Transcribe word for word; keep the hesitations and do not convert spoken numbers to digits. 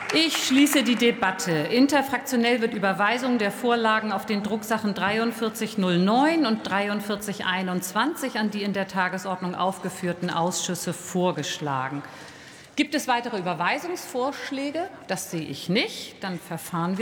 Ich schließe die Debatte. Interfraktionell wird Überweisung der Vorlagen auf den Drucksachen dreiundvierzig null neun und dreiundvierzig einundzwanzig an die in der Tagesordnung aufgeführten Ausschüsse vorgeschlagen. Gibt es weitere Überweisungsvorschläge? Das sehe ich nicht. Dann verfahren wir